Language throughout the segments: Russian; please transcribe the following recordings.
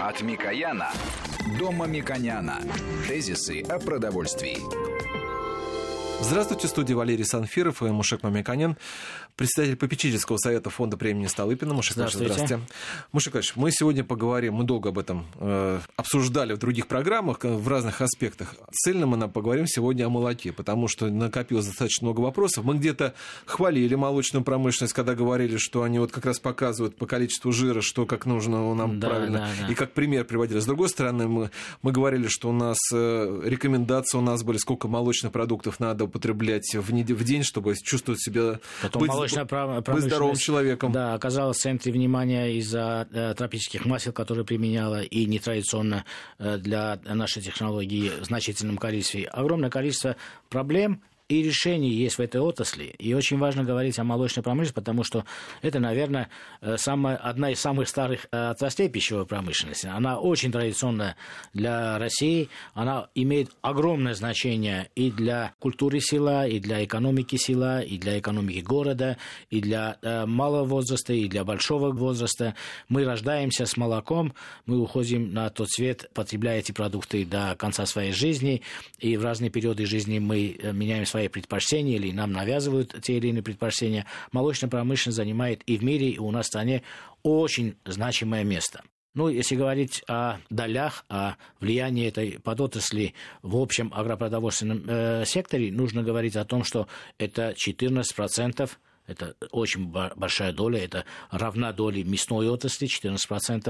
От Микояна до Мамиконяна. Тезисы о продовольствии. Здравствуйте, в студии Валерий Санфиров и Мушек Мамиконян, председатель попечительского совета фонда премии Столыпина. Мушек, здравствуйте. Мушек Ильич, мы сегодня поговорим, мы долго об этом обсуждали в других программах, в разных аспектах. Цельно мы поговорим сегодня о молоке, потому что накопилось достаточно много вопросов. Мы где-то хвалили молочную промышленность, когда говорили, что они вот как раз показывают по количеству жира, что как нужно нам правильно, и как пример приводили. С другой стороны, мы говорили, что у нас рекомендации у нас были, сколько молочных продуктов надо употреблять в день, чтобы чувствовать себя быть здоровым человеком. Да, оказалась в центре внимания из-за тропических масел, которые применяла, и нетрадиционно для нашей технологии в значительном количестве. Огромное количество проблем и решений есть в этой отрасли. И очень важно говорить о молочной промышленности, потому что это, наверное, одна из самых старых отраслей пищевой промышленности. Она очень традиционная для России. Она имеет огромное значение и для культуры села, и для экономики села, и для экономики города, и для малого возраста, и для большого возраста. Мы рождаемся с молоком, мы уходим на тот свет, потребляя эти продукты до конца своей жизни, и в разные периоды жизни мы меняем свои предпочтения или нам навязывают те или иные предпочтения. Молочная промышленность занимает и в мире, и у нас в стране очень значимое место. Ну, если говорить о долях, о влиянии этой подотрасли в общем агропродовольственном секторе, нужно говорить о том, что это 14%. Это очень большая доля, это равна доле мясной отрасли, 14%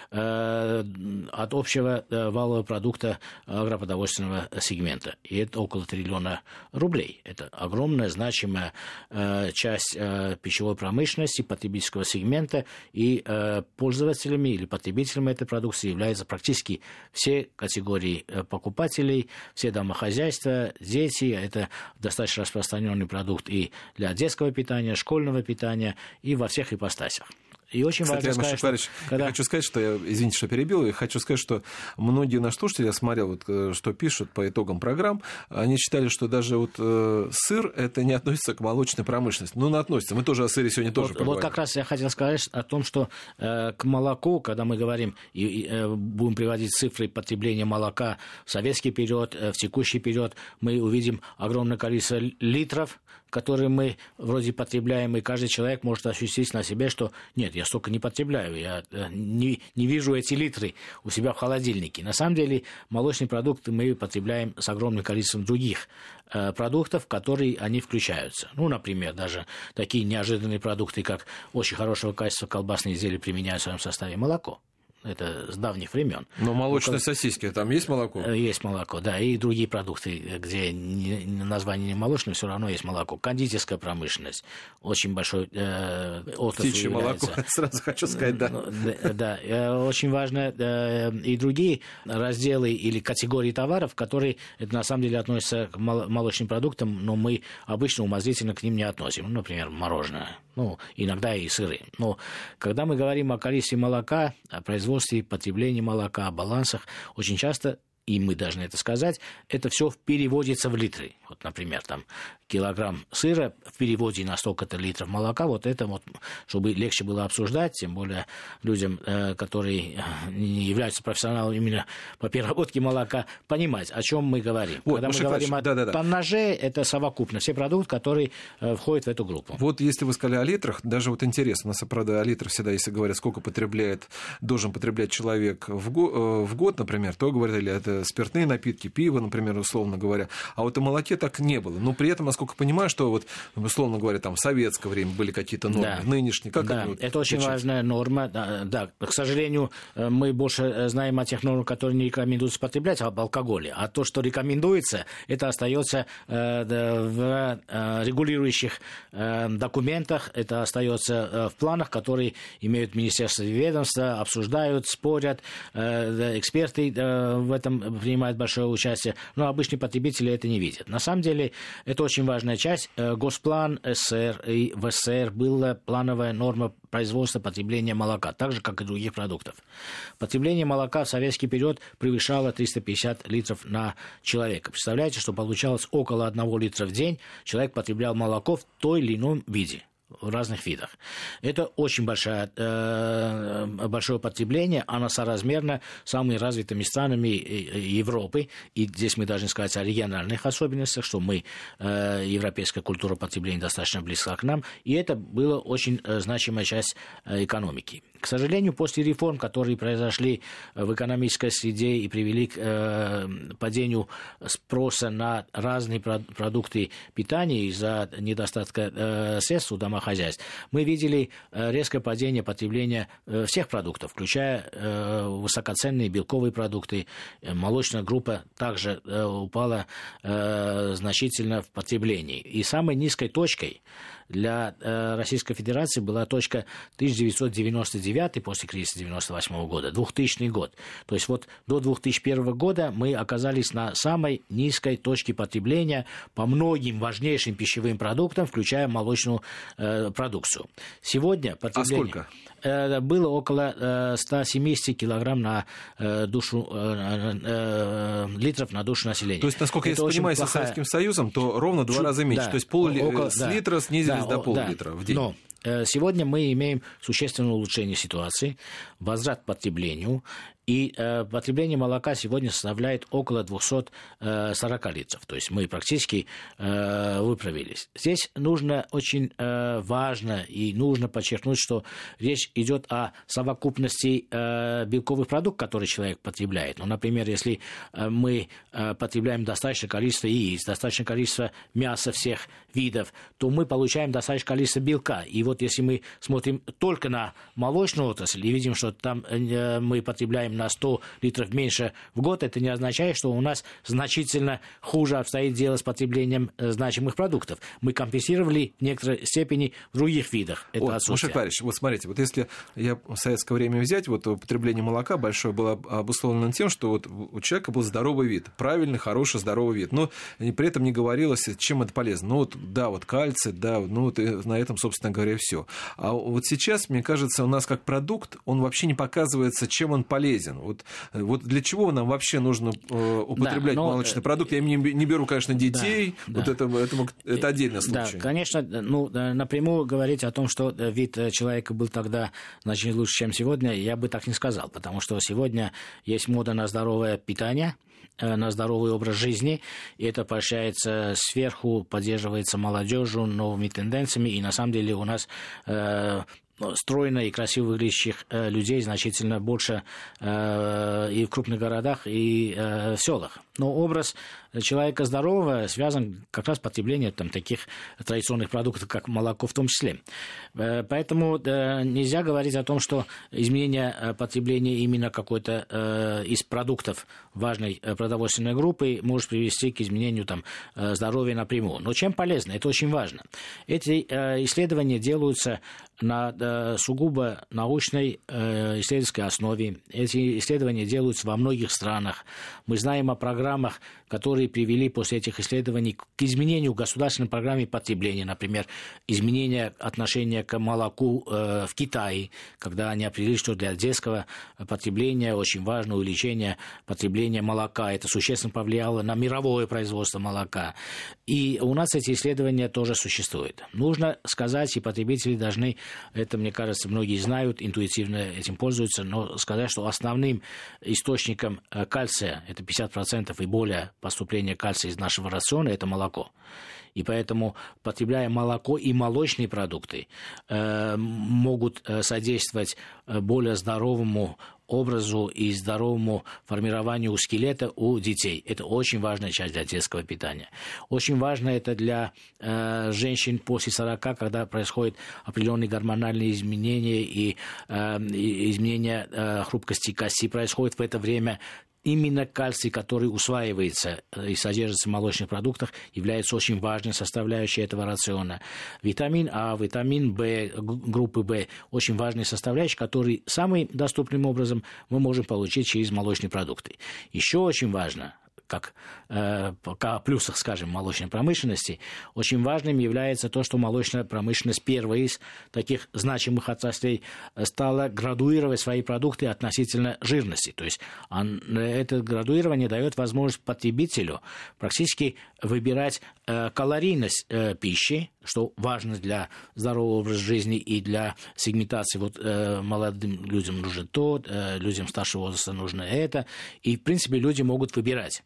от общего валового продукта агропродовольственного сегмента. И это около 1 триллиона рублей. Это огромная, значимая часть пищевой промышленности, потребительского сегмента, и пользователями или потребителями этой продукции являются практически все категории покупателей, все домохозяйства, дети. Это достаточно распространенный продукт и для детского питания, школьного питания и во всех ипостасях. И очень важно сказать, я хочу сказать, что извините, что перебил, я хочу сказать, что многие наши слушатели, я смотрел, вот, что пишут по итогам программ, они считали, что даже вот сыр это не относится к молочной промышленности. Ну, относится. Мы тоже о сыре сегодня тоже поговорим. Вот как раз я хотел сказать о том, что к молоку, когда мы говорим и будем приводить цифры потребления молока в советский период, в текущий период, мы увидим огромное количество литров, которые мы вроде потребляем, и каждый человек может ощутить на себе, что нет, я столько не потребляю, я не вижу эти литры у себя в холодильнике. На самом деле молочные продукты мы потребляем с огромным количеством других продуктов, в которые они включаются. Ну, например, даже такие неожиданные продукты, как очень хорошего качества колбасные изделия применяют в своем составе молоко. Это с давних времен. Но молочные сосиски, там есть молоко? Есть молоко, да, и другие продукты, где название не молочное, все равно есть молоко. Кондитерская промышленность, очень большой отрасль птичье является. Молоко, сразу хочу сказать, да. Да, очень важно и другие разделы или категории товаров, которые, это на самом деле относятся к молочным продуктам, но мы обычно умозрительно к ним не относим. Ну, например, мороженое, ну, иногда и сыры. Но когда мы говорим о количестве молока, о производстве, потреблении молока, о балансах, очень часто, и мы должны это сказать, это все переводится в литры. Вот, например, там килограмм сыра в переводе на столько-то литров молока, вот это вот, чтобы легче было обсуждать, тем более людям, которые не являются профессионалами именно по переработке молока, понимать, о чем мы говорим. Вот, когда мы говорим о тоннаже, это совокупно, все продукты, которые входят в эту группу. Вот если вы сказали о литрах, даже вот интересно, у нас, правда, о литрах всегда, если говорят, сколько должен потреблять человек в год, например, то говорили, это спиртные напитки, пиво, например, условно говоря, а вот о молоке так не было. Но при этом, насколько понимаю, что вот, условно говоря, там в советское время были какие-то нормы, да. Нынешние, как да, они, это очень важная норма. Да, к сожалению, мы больше знаем о тех нормах, которые не рекомендуется потреблять, об алкоголе. А то, что рекомендуется, это остается в регулирующих документах, это остается в планах, которые имеют министерство и ведомства, обсуждают, спорят, эксперты в этом принимают большое участие, но обычные потребители это не видят. На самом деле, это очень важная часть. Госплан СССР и в СССР была плановая норма производства потребления молока, так же, как и других продуктов. Потребление молока в советский период превышало 350 литров на человека. Представляете, что получалось около 1 литра в день человек потреблял молоко в той или ином виде. в разных видах. Это очень большое потребление, оно соразмерно с самыми развитыми странами Европы. И здесь мы должны сказать о региональных особенностях, что европейская культура потребления достаточно близка к нам, и это была очень значимая часть экономики. К сожалению, после реформ, которые произошли в экономической среде и привели к падению спроса на разные продукты питания из-за недостатка средств у домохозяйств, мы видели резкое падение потребления всех продуктов, включая высокоценные белковые продукты. Молочная группа также упала значительно в потреблении. И самой низкой точкой для Российской Федерации была точка 1999 после кризиса 1998 года, 2000 год. То есть вот до 2001 года мы оказались на самой низкой точке потребления по многим важнейшим пищевым продуктам, включая молочную продукцию. Сегодня потребление... А сколько? Было около 170 килограмм на душу, литров на душу населения. То есть, насколько я понимаю, со Советским Союзом, то ровно в 2 раза меньше. Да, то есть литра снизились до пол-литра в день. Но сегодня мы имеем существенное улучшение ситуации, возврат к потреблению. И потребление молока сегодня составляет около 240 литров. То есть мы практически выправились. Здесь нужно очень важно и нужно подчеркнуть, что речь идет о совокупности белковых продуктов, которые человек потребляет. Ну, например, если мы потребляем достаточное количество яиц, достаточное количество мяса всех видов, то мы получаем достаточное количество белка. И вот если мы смотрим только на молочную отрасль и видим, что там мы потребляем на 100 литров меньше в год, это не означает, что у нас значительно хуже обстоит дело с потреблением значимых продуктов. Мы компенсировали в некоторой степени в других видах это отсутствие. Мушек Валерьевич, вот смотрите, вот если в советское время взять, вот потребление молока большое было обусловлено тем, что вот у человека был здоровый вид, правильный, хороший, здоровый вид, но при этом не говорилось, чем это полезно. Ну вот, да, вот кальций, да, ну вот на этом, собственно говоря, все. А вот сейчас, мне кажется, у нас как продукт, он вообще не показывается, чем он полезен. Вот для чего нам вообще нужно употреблять молочный продукт? Я не беру, конечно, детей, это отдельный случай. Да, конечно, напрямую говорить о том, что вид человека был тогда значительно лучше, чем сегодня, я бы так не сказал, потому что сегодня есть мода на здоровое питание, на здоровый образ жизни, и это поощряется сверху, поддерживается молодежью, новыми тенденциями, и на самом деле у нас стройно и красиво выглядящих людей значительно больше и в крупных городах, и в селах. Но образ человека здорового связан как раз с потреблением таких традиционных продуктов, как молоко в том числе. Поэтому нельзя говорить о том, что изменение потребления именно какой-то из продуктов важной продовольственной группы может привести к изменению здоровья напрямую. Но чем полезно? Это очень важно. Эти исследования делаются на сугубо научной исследовательской основе. Эти исследования делаются во многих странах. Мы знаем о программах, которые привели после этих исследований к изменению государственной программы потребления. Например, изменение отношения к молоку в Китае, когда они определили, что для детского потребления очень важно увеличение потребления молока. Это существенно повлияло на мировое производство молока. И у нас эти исследования тоже существуют. Нужно сказать, и потребители должны, это, мне кажется, многие знают, интуитивно этим пользуются, но сказать, что основным источником кальция, это 50% и более поступления кальция из нашего рациона, это молоко. И поэтому, потребляя молоко и молочные продукты, могут содействовать более здоровому образу и здоровому формированию скелета у детей. Это очень важная часть для детского питания. Очень важно это для женщин после 40, когда происходят определенные гормональные изменения и изменения хрупкости кости происходит в это время. Именно кальций, который усваивается и содержится в молочных продуктах, является очень важной составляющей этого рациона. Витамин А, витамин В, группы В, очень важные составляющие, которые самым доступным образом мы можем получить через молочные продукты. Еще очень важно, как о плюсах, скажем, молочной промышленности, очень важным является то, что молочная промышленность, первая из таких значимых отраслей, стала градуировать свои продукты относительно жирности. То есть это градуирование дает возможность потребителю практически выбирать калорийность пищи, что важно для здорового образа жизни и для сегментации. Вот молодым людям нужно то, людям старшего возраста нужно это. И, в принципе, люди могут выбирать.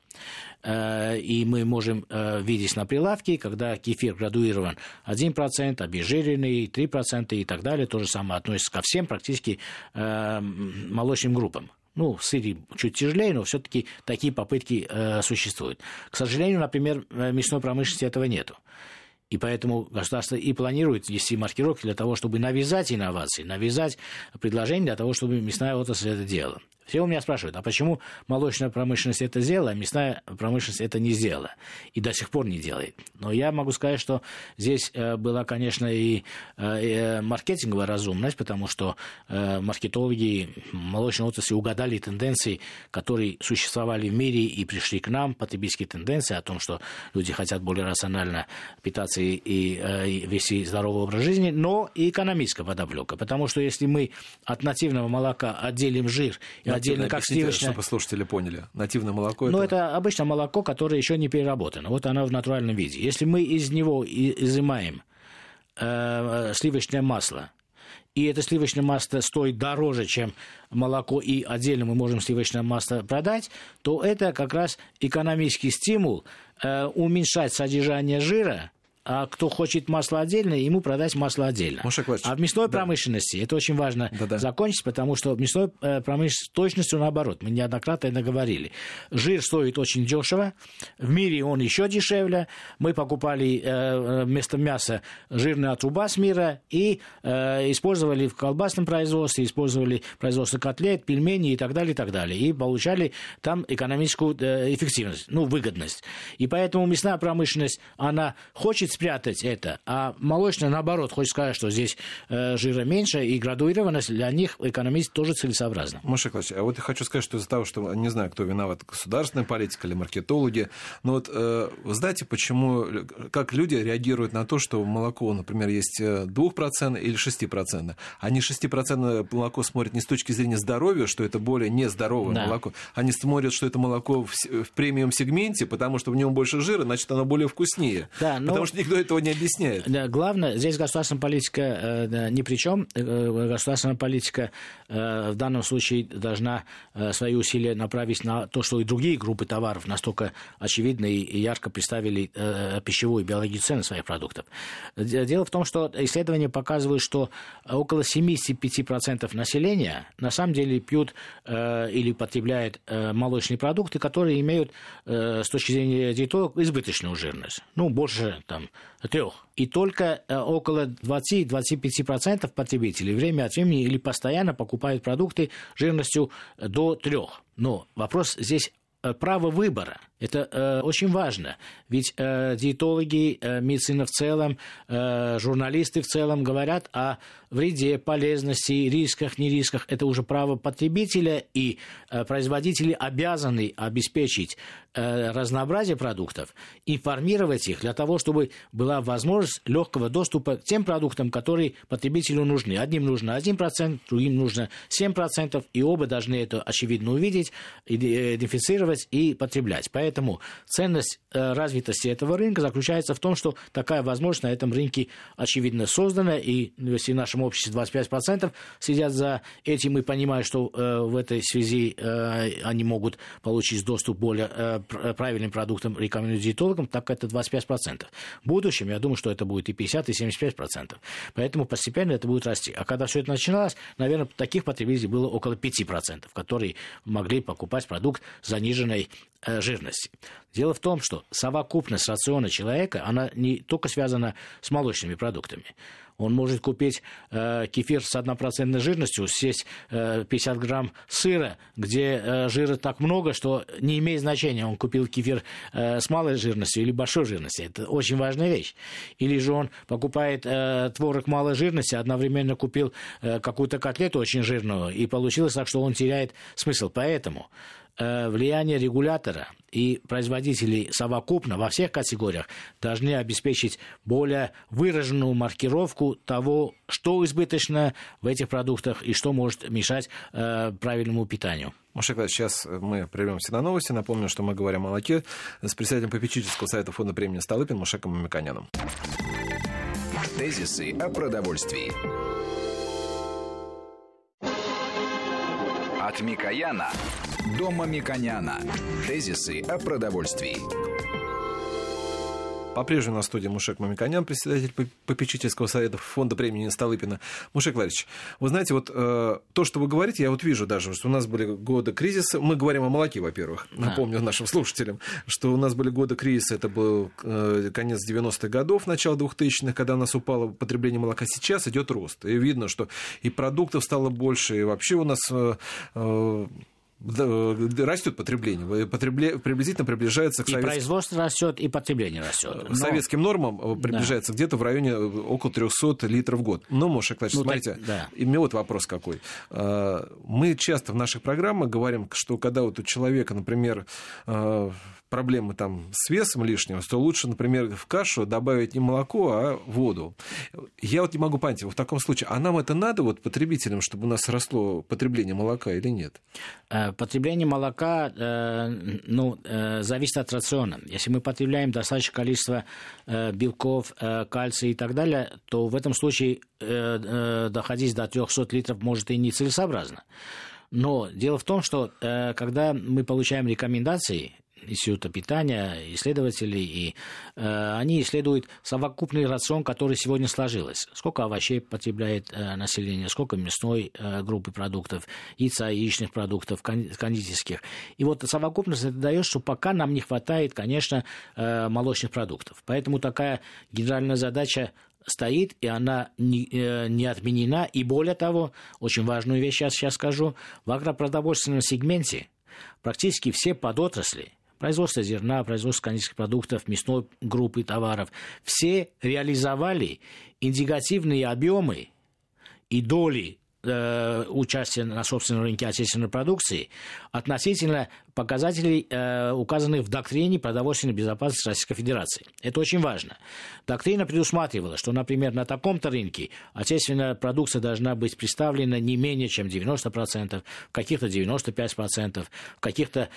И мы можем видеть на прилавке, когда кефир градуирован 1%, обезжиренный 3% и так далее. То же самое относится ко всем практически молочным группам. Ну, в сыре чуть тяжелее, но все-таки такие попытки существуют. К сожалению, например, в мясной промышленности этого нету. И поэтому государство и планирует ввести маркировки для того, чтобы навязать инновации, навязать предложения для того, чтобы мясная отрасль это делала. Все у меня спрашивают, а почему молочная промышленность это сделала, а мясная промышленность это не сделала и до сих пор не делает. Но я могу сказать, что здесь была, конечно, и маркетинговая разумность, потому что маркетологи молочной отрасли угадали тенденции, которые существовали в мире и пришли к нам, потребительские тенденции о том, что люди хотят более рационально питаться и вести здоровый образ жизни, но и экономическая подоплека. Потому что если мы от нативного молока отделим жир и отдельно как сливочное... Чтобы слушатели поняли. Нативное молоко... Ну, это обычно молоко, которое еще не переработано. Вот оно в натуральном виде. Если мы из него изымаем сливочное масло, и это сливочное масло стоит дороже, чем молоко, и отдельно мы можем сливочное масло продать, то это как раз экономический стимул уменьшать содержание жира, а кто хочет масло отдельно, ему продать масло отдельно. А в мясной промышленности это очень важно закончить, потому что в мясной промышленности точностью наоборот. Мы неоднократно это говорили. Жир стоит очень дешево, в мире он еще дешевле. Мы покупали вместо мяса жирная труба с мира и использовали в колбасном производстве, использовали производство котлет, пельменей и так далее, и так далее. И получали там экономическую эффективность, выгодность. И поэтому мясная промышленность, она хочет спрятать это, а молочная, наоборот, хочет сказать, что здесь жира меньше, и градуированность для них экономист тоже целесообразна. Маша Николаевич, а вот я хочу сказать, что из-за того, что не знаю, кто виноват, государственная политика или маркетологи, но вот вы знаете, почему, как люди реагируют на то, что молоко, например, есть 2% или 6%. Они 6% молоко смотрят не с точки зрения здоровья, что это более нездоровое молоко, они смотрят, что это молоко в премиум-сегменте, потому что в нем больше жира, значит, оно более вкуснее. Да, потому что никто этого не объясняет. Да, главное, здесь государственная политика ни при чем. Государственная политика в данном случае должна свои усилия направить на то, что и другие группы товаров настолько очевидно и ярко представили пищевую и биологическую ценность своих продуктов. Дело в том, что исследования показывают, что около 75% населения на самом деле пьют или потребляют молочные продукты, которые имеют с точки зрения диетологов избыточную жирность. Больше 3. И только около 20-25% потребителей время от времени или постоянно покупают продукты жирностью до 3. Но вопрос здесь право выбора. Это очень важно, ведь диетологи, медицина в целом, журналисты в целом говорят о вреде, полезности, рисках, не рисках. Это уже право потребителя, и производители обязаны обеспечить разнообразие продуктов, информировать их для того, чтобы была возможность легкого доступа к тем продуктам, которые потребителю нужны. Одним нужно 1%, другим нужно 7%, и оба должны это очевидно увидеть, идентифицировать и потреблять. Поэтому ценность развитости этого рынка заключается в том, что такая возможность на этом рынке очевидно создана, и если в нашем обществе 25% сидят за этим и понимают, что в этой связи они могут получить доступ к более правильным продуктам, рекомендуют диетологам, так это 25%. В будущем, я думаю, что это будет и 50%, и 75%. Поэтому постепенно это будет расти. А когда все это начиналось, наверное, таких потребителей было около 5%, которые могли покупать продукт заниженной жирности. Дело в том, что совокупность рациона человека, она не только связана с молочными продуктами. Он может купить кефир с 1% жирностью, съесть 50 грамм сыра, где жира так много, что не имеет значения, он купил кефир с малой жирностью или большой жирностью. Это очень важная вещь. Или же он покупает творог малой жирности, одновременно купил какую-то котлету очень жирную, и получилось так, что он теряет смысл. Поэтому влияние регулятора и производителей совокупно во всех категориях должны обеспечить более выраженную маркировку того, что избыточно в этих продуктах и что может мешать правильному питанию. Маша Николаевич, сейчас мы прервемся на новости. Напомню, что мы говорим о молоке с председателем попечительского совета фонда премии Столыпин Мушеком Мамиканяном. Тезисы о продовольствии. От Микояна до Мамиконяна. Тезисы о продовольствии. По-прежнему на студии Мушек Мамиконян, председатель попечительского совета фонда премии Столыпина. Мушек Владимирович, вы знаете, вот то, что вы говорите, я вот вижу даже, что у нас были годы кризиса. Мы говорим о молоке, во-первых. Напомню нашим слушателям, что у нас были годы кризиса. Это был конец 90-х годов, начало 2000-х, когда у нас упало потребление молока. Сейчас идет рост. И видно, что и продуктов стало больше, и вообще у нас... растет потребление, приблизительно приближается к советским... И производство растет, и потребление растет. Советским нормам приближается где-то в районе около 300 литров в год. Но, Мушек Владимирович, смотрите, да. И мне вот вопрос какой. Мы часто в наших программах говорим, что когда вот у человека, например, проблемы там с весом лишним, то лучше, например, в кашу добавить не молоко, а воду. Я вот не могу понять, в таком случае, а нам это надо, вот потребителям, чтобы у нас росло потребление молока или нет? Потребление молока зависит от рациона. Если мы потребляем достаточное количество белков, кальция и так далее, то в этом случае доходить до 300 литров может и нецелесообразно. Но дело в том, что когда мы получаем рекомендации Института питания, исследователей, и они исследуют совокупный рацион, который сегодня сложилось. Сколько овощей потребляет население, сколько мясной группы продуктов, яйца, яичных продуктов, кондитерских. И вот совокупность это дает, что пока нам не хватает, конечно, молочных продуктов. Поэтому такая генеральная задача стоит, и она не отменена. И более того, очень важную вещь я сейчас скажу, в агропродовольственном сегменте практически все подотрасли, производство зерна, производство кондитерских продуктов, мясной группы товаров, все реализовали индикативные объемы и доли участия на собственном рынке отечественной продукции относительно показателей, указанных в доктрине продовольственной безопасности Российской Федерации. Это очень важно. Доктрина предусматривала, что, например, на таком-то рынке отечественная продукция должна быть представлена не менее чем 90%, в каких-то 95%, в каких-то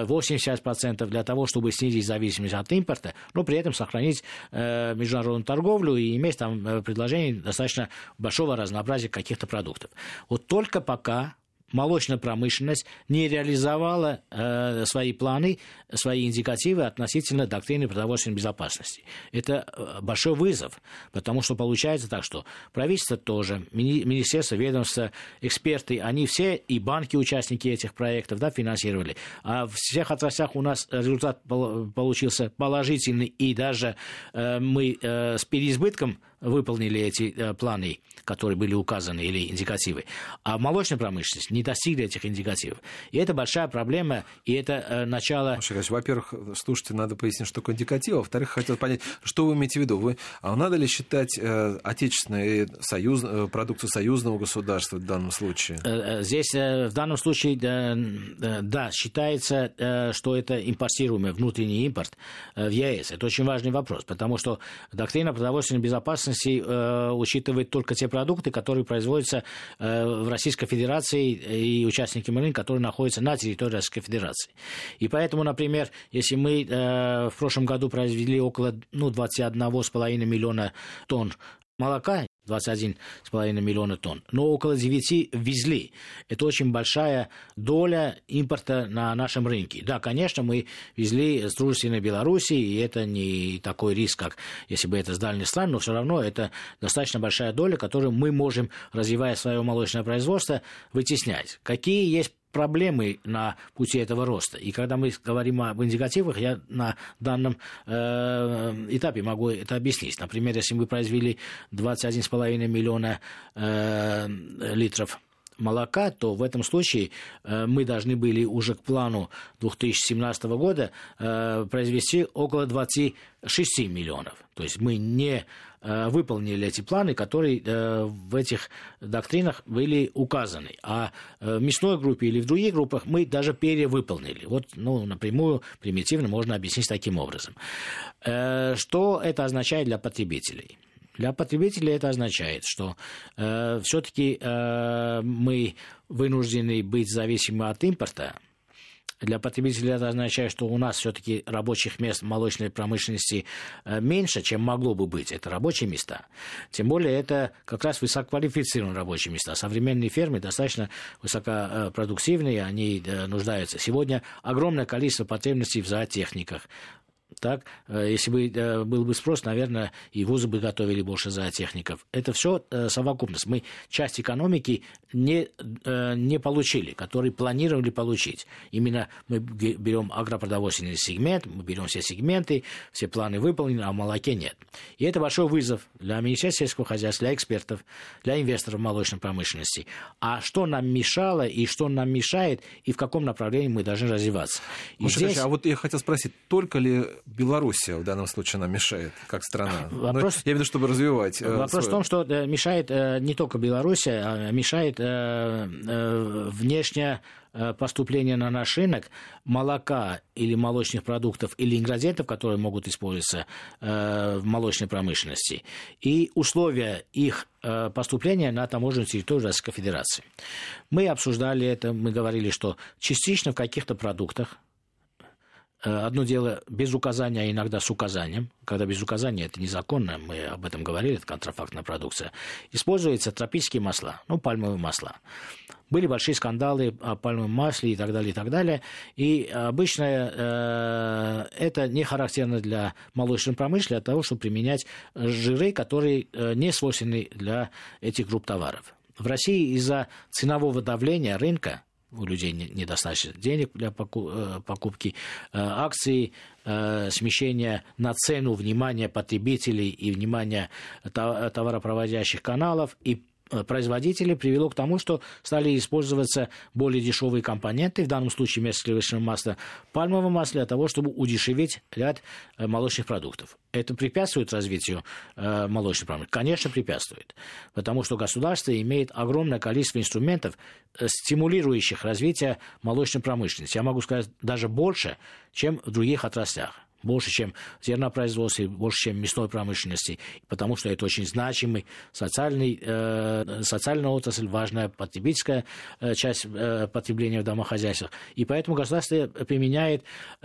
80% для того, чтобы снизить зависимость от импорта, но при этом сохранить международную торговлю и иметь там предложение достаточно большого разнообразия каких-то продуктов. Вот только пока молочная промышленность не реализовала свои планы, свои индикативы относительно доктрины продовольственной безопасности. Это большой вызов, потому что получается так, что правительство тоже, министерство, ведомство, эксперты, они все, и банки, участники этих проектов, да, финансировали. А в всех отраслях у нас результат получился положительный, и даже мы с переизбытком выполнили эти планы, которые были указаны, или индикативы. А молочная промышленность не достигли этих индикативов. И это большая проблема, и это начало... Во-первых, слушайте, надо пояснить, что такое индикатив. Во-вторых, хотел понять, что вы имеете в виду. А надо ли считать отечественную продукцию союзного государства в данном случае? Здесь в данном случае, да, считается, что это импортируемый внутренний импорт в ЕС. Это очень важный вопрос, потому что доктрина продовольственной безопасности учитывает только те продукты, которые производятся в Российской Федерации и участниками рынка, которые находятся на территории Российской Федерации. И поэтому, например, если мы в прошлом году произвели около 21,5 миллиона тонн молока, 21,5 миллиона тонн, но около 9 ввезли. Это очень большая доля импорта на нашем рынке. Да, конечно, мы везли с дружественной Белоруссии, и это не такой риск, как если бы это с дальних стран, но все равно это достаточно большая доля, которую мы можем, развивая свое молочное производство, вытеснять. Какие есть проблемы на пути этого роста. И когда мы говорим об индикативах, я на данном этапе могу это объяснить. Например, если мы произвели 21,5 миллиона литров молока, то в этом случае мы должны были уже к плану 2017 года произвести около 26 миллионов. То есть мы не выполнили эти планы, которые в этих доктринах были указаны. А в мясной группе или в других группах мы даже перевыполнили. Вот, напрямую, примитивно можно объяснить таким образом. Что это означает для потребителей? Для потребителей это означает, что все-таки мы вынуждены быть зависимы от импорта Для потребителей это означает, что у нас все-таки рабочих мест в молочной промышленности меньше, чем могло бы быть. Это рабочие места. Тем более это как раз высококвалифицированные рабочие места. Современные фермы достаточно высокопродуктивные, они нуждаются. Сегодня огромное количество потребностей в зоотехниках. Так, если бы был бы спрос, наверное, и вузы бы готовили больше зоотехников. Это все совокупность. Мы часть экономики не получили, который планировали получить. Именно мы берем агропродовольственный сегмент, мы берем все сегменты, все планы выполнены, а в молоке нет. И это большой вызов для Министерства сельского хозяйства, для экспертов, для инвесторов молочной промышленности. А что нам мешало и что нам мешает, и в каком направлении мы должны развиваться. Здесь... А вот я хотел спросить, только ли Белоруссия в данном случае нам мешает, как страна? Вопрос... Я имею в виду, чтобы развивать... Вопрос в том, что мешает не только Белоруссия, а мешает внешнее поступление на наш рынок молока или молочных продуктов или ингредиентов, которые могут использоваться в молочной промышленности, и условия их поступления на таможенную территорию Российской Федерации. Мы обсуждали это, мы говорили, что частично в каких-то продуктах, одно дело без указания, а иногда с указанием. Когда без указания, это незаконно, мы об этом говорили, это контрафактная продукция. Используются тропические масла, пальмовые масла. Были большие скандалы о пальмовом масле и так далее, и так далее. И обычно это не характерно для молочной промышленности, для того, чтобы применять жиры, которые не свойственны для этих групп товаров. В России из-за ценового давления рынка, у людей недостаточно денег для покупки акций, смещения на цену, внимания потребителей и внимания товаропроводящих каналов и производителей привело к тому, что стали использоваться более дешевые компоненты, в данном случае вместо сливочного масла пальмовое масло, для того, чтобы удешевить ряд молочных продуктов. Это препятствует развитию молочной промышленности? Конечно, препятствует, потому что государство имеет огромное количество инструментов, стимулирующих развитие молочной промышленности. Я могу сказать, даже больше, чем в других отраслях. Больше, чем в зернопроизводстве, больше, чем в мясной промышленности, потому что это очень значимый социальная отрасль, важная потребительская часть потребления в домохозяйствах. И поэтому государство меняет,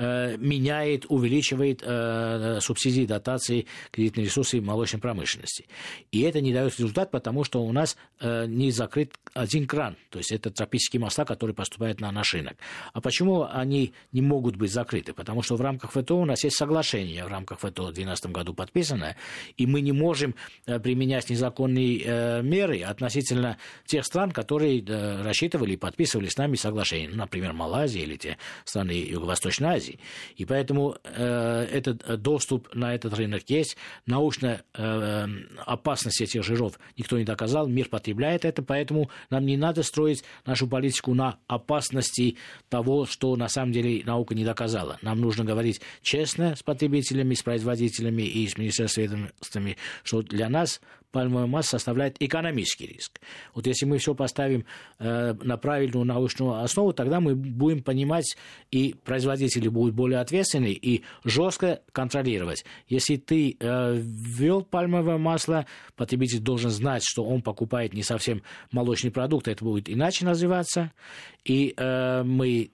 увеличивает субсидии, дотации, кредитные ресурсы молочной промышленности. И это не дает результат, потому что у нас не закрыт один кран, то есть это тропические масла, которые поступают на наш рынок. А почему они не могут быть закрыты? Потому что в рамках ВТО у нас есть соглашение в рамках ВТО в 2012 году подписанное, и мы не можем применять незаконные меры относительно тех стран, которые рассчитывали и подписывали с нами соглашение, например, Малайзия или те страны Юго-Восточной Азии. И поэтому этот доступ на этот рынок есть. Научная опасность этих жиров никто не доказал, мир потребляет это, поэтому нам не надо строить нашу политику на опасности того, что на самом деле наука не доказала. Нам нужно говорить честно с потребителями, с производителями и с министерствами, что для нас пальмовое масло составляет экономический риск. Вот если мы все поставим на правильную научную основу, тогда мы будем понимать, и производители будут более ответственны и жестко контролировать. Если ты ввел пальмовое масло, потребитель должен знать, что он покупает не совсем молочный продукт, это будет иначе называться. И мы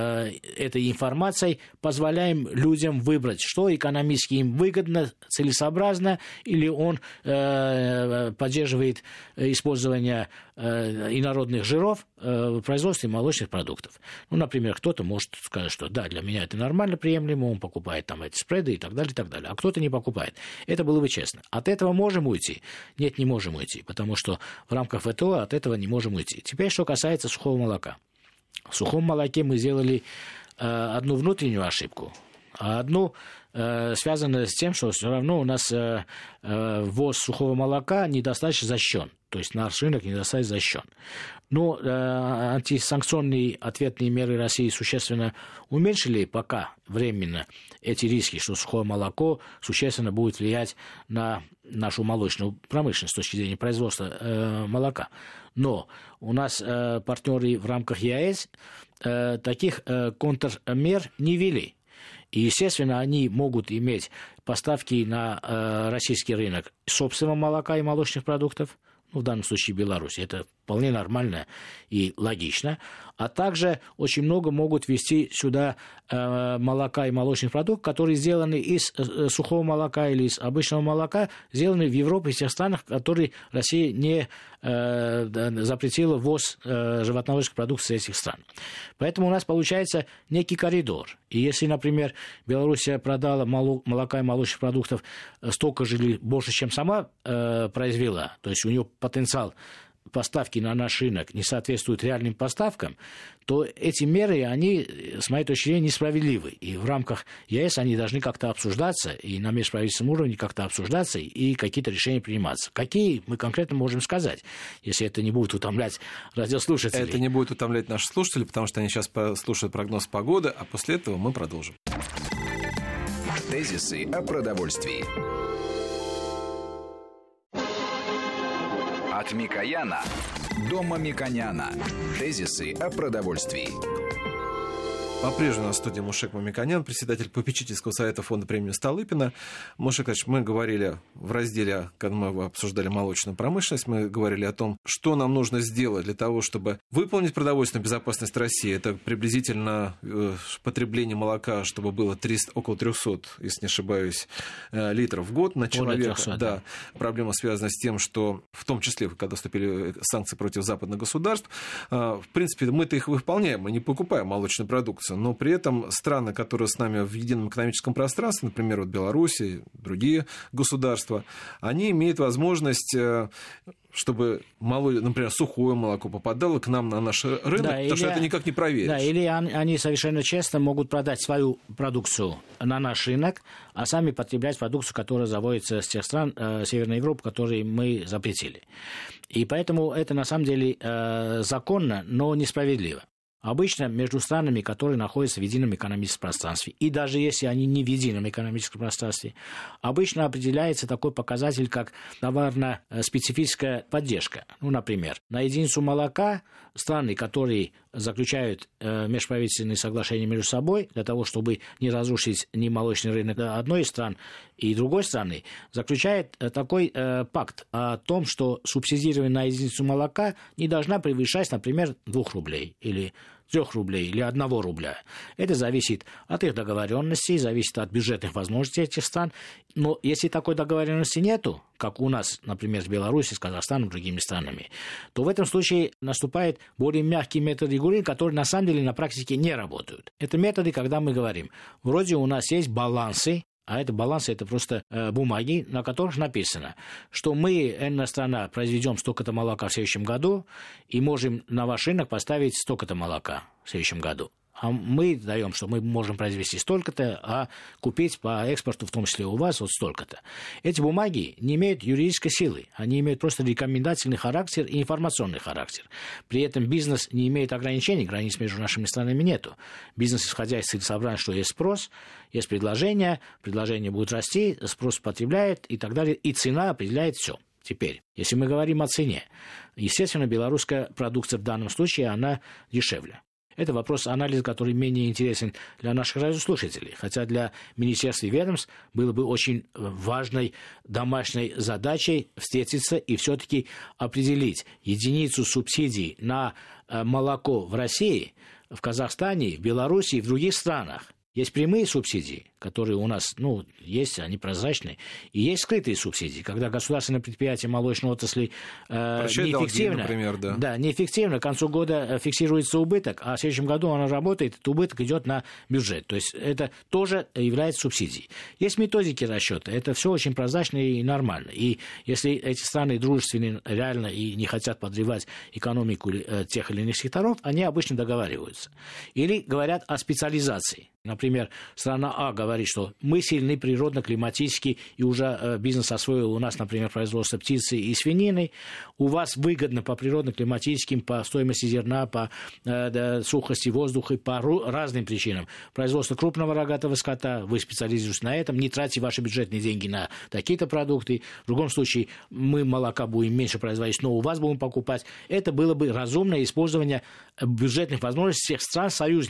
этой информацией позволяем людям выбрать, что экономически им выгодно, целесообразно, или он поддерживает использование инородных жиров в производстве молочных продуктов. Например, кто-то может сказать, что да, для меня это нормально, приемлемо, он покупает там эти спреды и так далее, а кто-то не покупает. Это было бы честно. От этого можем уйти? Нет, не можем уйти, потому что в рамках ВТО от этого не можем уйти. Теперь, что касается сухого молока. В сухом молоке мы сделали одну внутреннюю ошибку, а одну связано с тем, что все равно у нас ввоз сухого молока недостаточно защищен. То есть наш рынок недостаточно защищен. Но антисанкционные ответные меры России существенно уменьшили пока временно эти риски, что сухое молоко существенно будет влиять на нашу молочную промышленность с точки зрения производства молока. Но у нас партнеры в рамках ЕАЭС таких контрмер не ввели. И, естественно, они могут иметь поставки на российский рынок собственного молока и молочных продуктов, в данном случае Беларусь, это вполне нормально и логично. А также очень много могут ввести сюда молока и молочных продуктов, которые сделаны из сухого молока или из обычного молока, сделаны в Европе и тех странах, которые Россия не запретила ввоз животноводческой продукции из этих стран. Поэтому у нас получается некий коридор. И если, например, Белоруссия продала молока и молочных продуктов столько же или больше, чем сама произвела, то есть у нее потенциал поставки на наш рынок не соответствуют реальным поставкам, то эти меры, они, с моей точки зрения, несправедливы. И в рамках ЕС они должны как-то обсуждаться, и на межправительственном уровне как-то обсуждаться, и какие-то решения приниматься. Какие, мы конкретно можем сказать, если это не будет утомлять радиослушателей. Это не будет утомлять наших слушателей, потому что они сейчас слушают прогноз погоды, а после этого мы продолжим. Тезисы о продовольствии. От Микояна до Мамиконяна. Тезисы о продовольствии. По-прежнему на студии Мушек Мамиконян, председатель попечительского совета фонда премии Столыпина. Мушек Ильич, мы говорили в разделе, когда мы обсуждали молочную промышленность, мы говорили о том, что нам нужно сделать для того, чтобы выполнить продовольственную безопасность России. Это приблизительно потребление молока, чтобы было около 300, если не ошибаюсь, литров в год на человека. 300, да. Проблема связана с тем, что в том числе, когда вступили санкции против западных государств, в принципе, мы-то их выполняем, мы не покупаем молочную продукцию. Но при этом страны, которые с нами в едином экономическом пространстве, например, вот Беларусь, другие государства, они имеют возможность, чтобы, например, сухое молоко попадало к нам на наш рынок, да, потому что это никак не проверишь. Да, или они совершенно честно могут продать свою продукцию на наш рынок, а сами потреблять продукцию, которая заводится с тех стран Северной Европы, которые мы запретили. И поэтому это на самом деле законно, но несправедливо. Обычно между странами, которые находятся в едином экономическом пространстве, и даже если они не в едином экономическом пространстве, обычно определяется такой показатель, как товарно-специфическая поддержка. Например, на единицу молока страны, которые заключают межправительственные соглашения между собой для того, чтобы не разрушить ни молочный рынок одной из стран и другой страны, заключает такой пакт о том, что субсидирование на единицу молока не должна превышать, например, 2 рублей или 3 рублей или 1 рубля. Это зависит от их договоренностей, зависит от бюджетных возможностей этих стран. Но если такой договоренности нету, как у нас, например, с Беларусью, с Казахстаном и другими странами, то в этом случае наступает более мягкий метод регулирования, которые на самом деле на практике не работают. Это методы, когда мы говорим, вроде у нас есть балансы, а это балансы, это просто бумаги, на которых написано, что мы, энная страна, произведем столько-то молока в следующем году и можем на ваш рынок поставить столько-то молока в следующем году. А мы даем, что мы можем произвести столько-то, а купить по экспорту, в том числе у вас, вот столько-то. Эти бумаги не имеют юридической силы. Они имеют просто рекомендательный характер и информационный характер. При этом бизнес не имеет ограничений, границ между нашими странами нету. Бизнес, исходя из целесообразности, что есть спрос, есть предложение будет расти, спрос потребляет и так далее, и цена определяет все. Теперь, если мы говорим о цене, естественно, белорусская продукция в данном случае, она дешевле. Это вопрос анализа, который менее интересен для наших радиослушателей. Хотя для министерств и ведомств было бы очень важной домашней задачей встретиться и все-таки определить единицу субсидий на молоко в России, в Казахстане, в Беларуси и в других странах. Есть прямые субсидии, которые у нас, есть, они прозрачные, и есть скрытые субсидии, когда государственное предприятие молочной отрасли неэффективно, долги, например, да, неэффективно, к концу года фиксируется убыток, а в следующем году оно работает, этот убыток идет на бюджет. То есть это тоже является субсидией. Есть методики расчета, это все очень прозрачно и нормально. И если эти страны дружественны реально и не хотят подрывать экономику тех или иных секторов, они обычно договариваются. Или говорят о специализации. Например, страна А говорит, что мы сильны природно-климатически, и уже бизнес освоил у нас, например, производство птицы и свинины. У вас выгодно по природно-климатическим, по стоимости зерна, по сухости воздуха, по разным причинам. Производство крупного рогатого скота, вы специализируетесь на этом, не тратьте ваши бюджетные деньги на такие-то продукты. В другом случае мы молока будем меньше производить, но у вас будем покупать. Это было бы разумное использование бюджетных возможностей всех стран-союзников.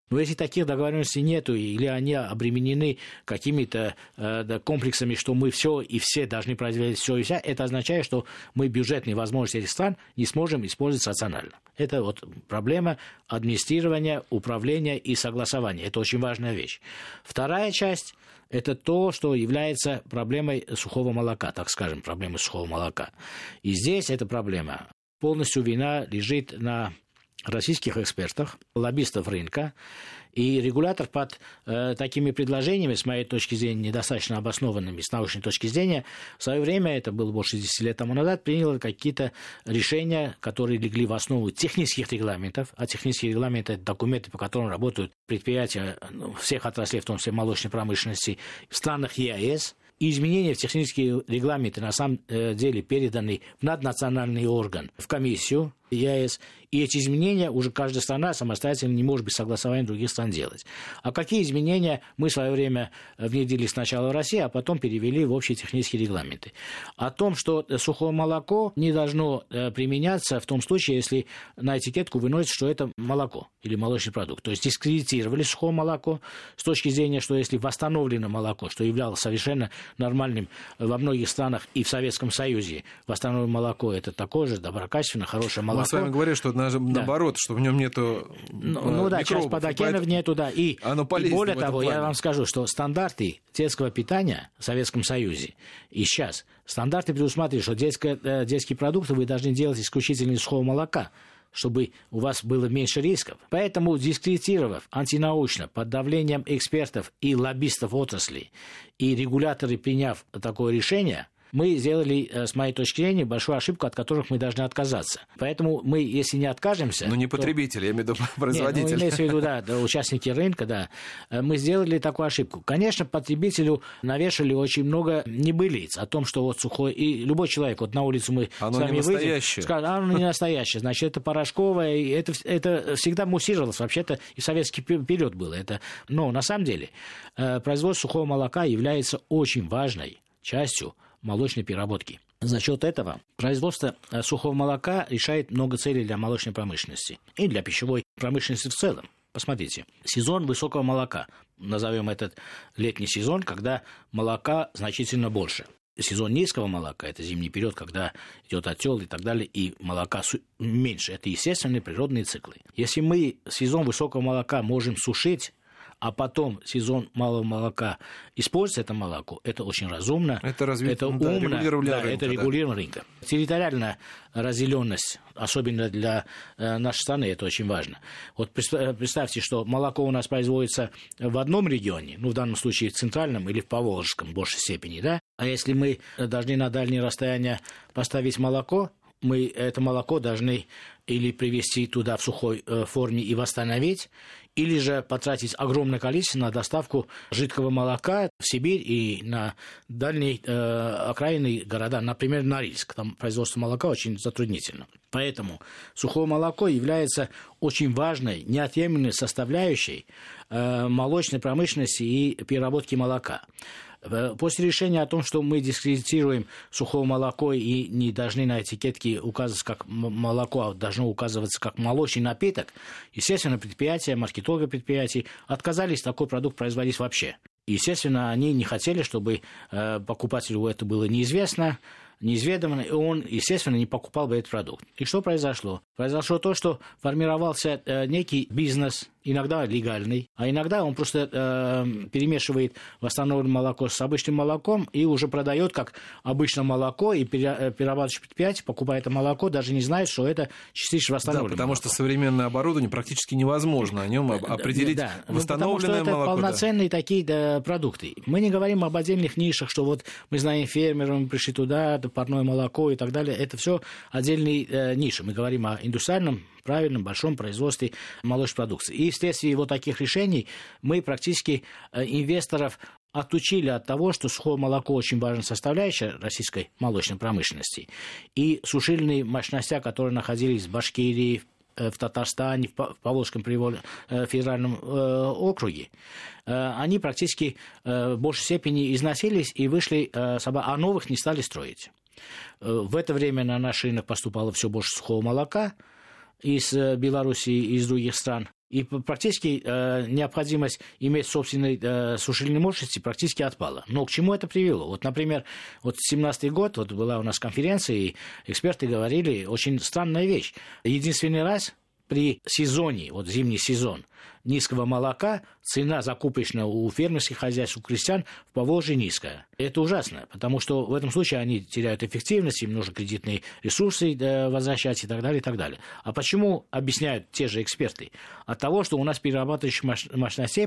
Но если таких договоренностей нету, или они обременены какими-то комплексами, что мы все и все должны производить все и вся, это означает, что мы бюджетные возможности этих стран не сможем использовать рационально. Это вот проблема администрирования, управления и согласования. Это очень важная вещь. Вторая часть – это то, что является проблемой сухого молока, так скажем, проблемой сухого молока. И здесь эта проблема полностью вина лежит на российских экспертах, лоббистов рынка, и регулятор под такими предложениями, с моей точки зрения, недостаточно обоснованными, с научной точки зрения, в свое время, это было больше 10 лет тому назад, принял какие-то решения, которые легли в основу технических регламентов, а технические регламенты – это документы, по которым работают предприятия всех отраслей, в том числе молочной промышленности, в странах ЕАЭС. И изменения в технические регламенты на самом деле переданы в наднациональный орган, в комиссию ЕАЭС. И эти изменения уже каждая страна самостоятельно не может без согласования других стран делать. А какие изменения мы в свое время внедрили сначала в России, а потом перевели в общие технические регламенты? О том, что сухое молоко не должно применяться в том случае, если на этикетку выносится, что это молоко или молочный продукт. То есть дискредитировали сухое молоко с точки зрения, что если восстановлено молоко, что являлось совершенно нормальным во многих странах и в Советском Союзе, восстановленное молоко – это такое же доброкачественное, хорошее молоко. Мы с вами говорили, что наоборот, что в нем нету да, часть патогенов нету, да. И более того, я вам скажу, что стандарты детского питания в Советском Союзе и сейчас, стандарты предусматривают, что детские продукты вы должны делать исключительно из сухого молока, чтобы у вас было меньше рисков. Поэтому, дискредитировав антинаучно, под давлением экспертов и лоббистов отрасли, и регуляторы, приняв такое решение, мы сделали, с моей точки зрения, большую ошибку, от которых мы должны отказаться. Поэтому мы, если не откажемся... Ну, не потребители, я имею в виду производители. Нет, имеется в виду, да, участники рынка, да. Мы сделали такую ошибку. Конечно, потребителю навешали очень много небылиц о том, что вот сухой... И любой человек, вот на улицу мы оно с вами выйдем, скажет, оно не настоящее, значит, это порошковое, и это всегда муссировалось. Вообще-то и в советский период было это. Но на самом деле производство сухого молока является очень важной частью молочной переработки. За счет этого производство сухого молока решает много целей для молочной промышленности и для пищевой промышленности в целом. Посмотрите, сезон высокого молока, назовем этот летний сезон, когда молока значительно больше. Сезон низкого молока – это зимний период, когда идет отел и так далее, и молока меньше. Это естественные природные циклы. Если мы сезон высокого молока можем сушить, а потом сезон малого молока использовать это молоко, это очень разумно, это умно, это регулирование рынка. Территориальная разделенность, особенно для нашей страны, это очень важно. Вот представьте, что молоко у нас производится в одном регионе, в данном случае в Центральном или в Поволжском в большей степени, да? А если мы должны на дальние расстояния поставить молоко, мы это молоко должны или привезти туда в сухой форме и восстановить, или же потратить огромное количество на доставку жидкого молока в Сибирь и на дальние окраинные города, например, Норильск. Там производство молока очень затруднительно. Поэтому сухое молоко является очень важной, неотъемлемой составляющей молочной промышленности и переработки молока. После решения о том, что мы дискредитируем сухое молоко и не должны на этикетке указываться как молоко, а должно указываться как молочный напиток, естественно, предприятия, маркетологи предприятий отказались такой продукт производить вообще. Естественно, они не хотели, чтобы покупателю это было неизвестно, неизведомно, и он, естественно, не покупал бы этот продукт. И что произошло? Произошло то, что формировался некий бизнес, иногда легальный, а иногда он просто перемешивает восстановленное молоко с обычным молоком и уже продает как обычное молоко, и перерабатывающее предприятие, покупая это молоко, даже не знает, что это частично восстановленное потому молоко. что современное оборудование практически невозможно о нем определить восстановленное потому что молоко. Это полноценные такие продукты. Мы не говорим об отдельных нишах, что вот мы знаем фермеров, мы пришли туда, парное молоко и так далее. Это все отдельные ниши. Мы говорим о индустриальном, правильном, большом производстве молочной продукции. И вследствие вот таких решений мы практически инвесторов отучили от того, что сухое молоко очень важная составляющая российской молочной промышленности. И сушильные мощности, которые находились в Башкирии, в Татарстане, в Поволжском федеральном округе, они практически в большей степени износились и вышли, а новых не стали строить. В это время на наш рынок поступало все больше сухого молока из Белоруссии и из других стран. И практически необходимость иметь собственной сушильной мощности практически отпала. Но к чему это привело? Вот, например, 2017 год, вот была у нас конференция, и эксперты говорили очень странная вещь. Единственный раз при сезоне, вот зимний сезон, низкого молока цена закупочная у фермерских хозяйств, у крестьян в Поволжье низкая. Это ужасно, потому что в этом случае они теряют эффективность, им нужно кредитные ресурсы возвращать и так далее, и так далее. А почему, объясняют те же эксперты? От того, что у нас перерабатывающих мощностей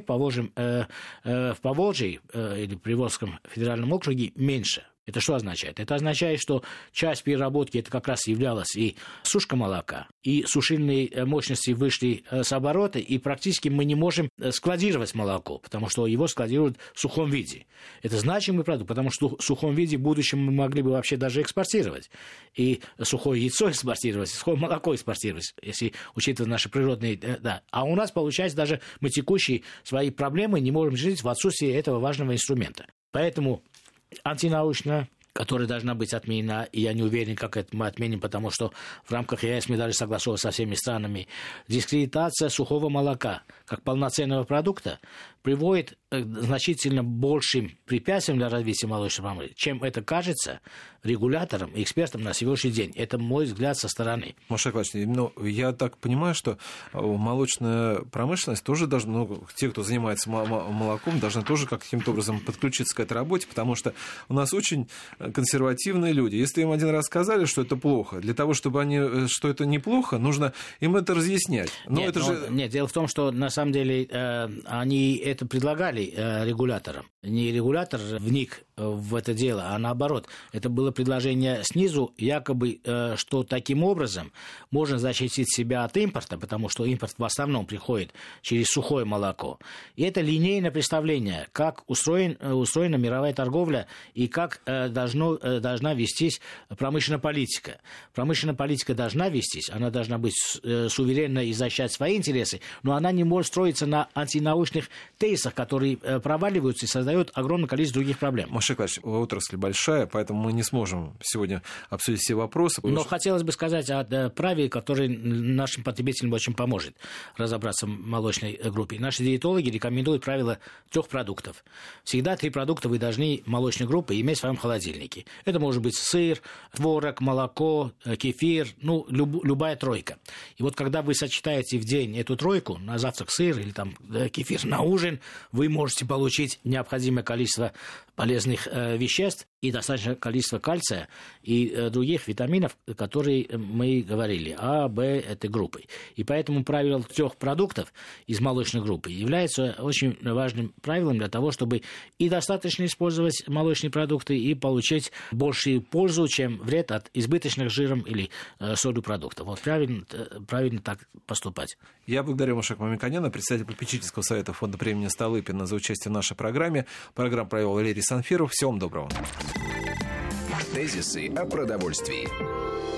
в Поволжье или Приволжском федеральном округе меньше. Это что означает? Это означает, что часть переработки это как раз являлась и сушка молока, и сушильные мощности вышли с оборота, и практически мы не можем складировать молоко, потому что его складируют в сухом виде. Это значимый продукт, потому что в сухом виде в будущем мы могли бы вообще даже экспортировать. И сухое яйцо экспортировать, и сухое молоко экспортировать, если учитывать наши природные... Да. А у нас, получается, даже мы текущие свои проблемы не можем решить в отсутствии этого важного инструмента. Поэтому антинаучная, которая должна быть отменена, и я не уверен, как это мы отменим, потому что в рамках ЕС мы даже согласованы со всеми странами. Дискредитация сухого молока как полноценного продукта приводит к значительно большим препятствиям для развития молочной промышленности, чем это кажется регуляторам и экспертам на сегодняшний день. Это мой взгляд со стороны. Маша Клачевна, я так понимаю, что молочная промышленность тоже должна, те, кто занимается молоком, должны тоже каким-то образом подключиться к этой работе, потому что у нас очень консервативные люди. Если им один раз сказали, что это плохо, для того, чтобы они, что это неплохо, нужно им это разъяснять. Нет, дело в том, что на самом деле они это предлагали регуляторам. Не регулятор вник в это дело, а наоборот. Это было предложение снизу, якобы, что таким образом можно защитить себя от импорта, потому что импорт в основном приходит через сухое молоко. И это линейное представление, как устроена мировая торговля и как должна вестись промышленная политика. Промышленная политика должна вестись, она должна быть суверенна и защищать свои интересы, но она не может строиться на антинаучных тезисах, которые проваливаются и создают огромное количество других проблем. Маша Клачевна, отрасль большая, поэтому мы не сможем сегодня обсудить все вопросы. Но хотелось бы сказать о праве, которое нашим потребителям очень поможет разобраться в молочной группе. Наши диетологи рекомендуют правило 3 продуктов. Всегда 3 продукта вы должны молочной группы иметь в своем холодильнике. Это может быть сыр, творог, молоко, кефир, любая тройка. И вот когда вы сочетаете в день эту тройку, на завтрак сыр или там кефир, на ужин, вы можете получить необходимое количество полезных веществ и достаточное количество кальция и других витаминов, которые мы говорили, А, В этой группы. И поэтому правило 3 продуктов из молочной группы является очень важным правилом для того, чтобы и достаточно использовать молочные продукты и получить большую пользу, чем вред от избыточных жиром или солью продуктов. Вот правильно так поступать. Я благодарю Мушек Мамиканяна, председателя попечительского совета фонда премии Столыпина, за участие в нашей программе. Программу провел Валерий Санфиров. Всего вам доброго. Тезисы о продовольствии.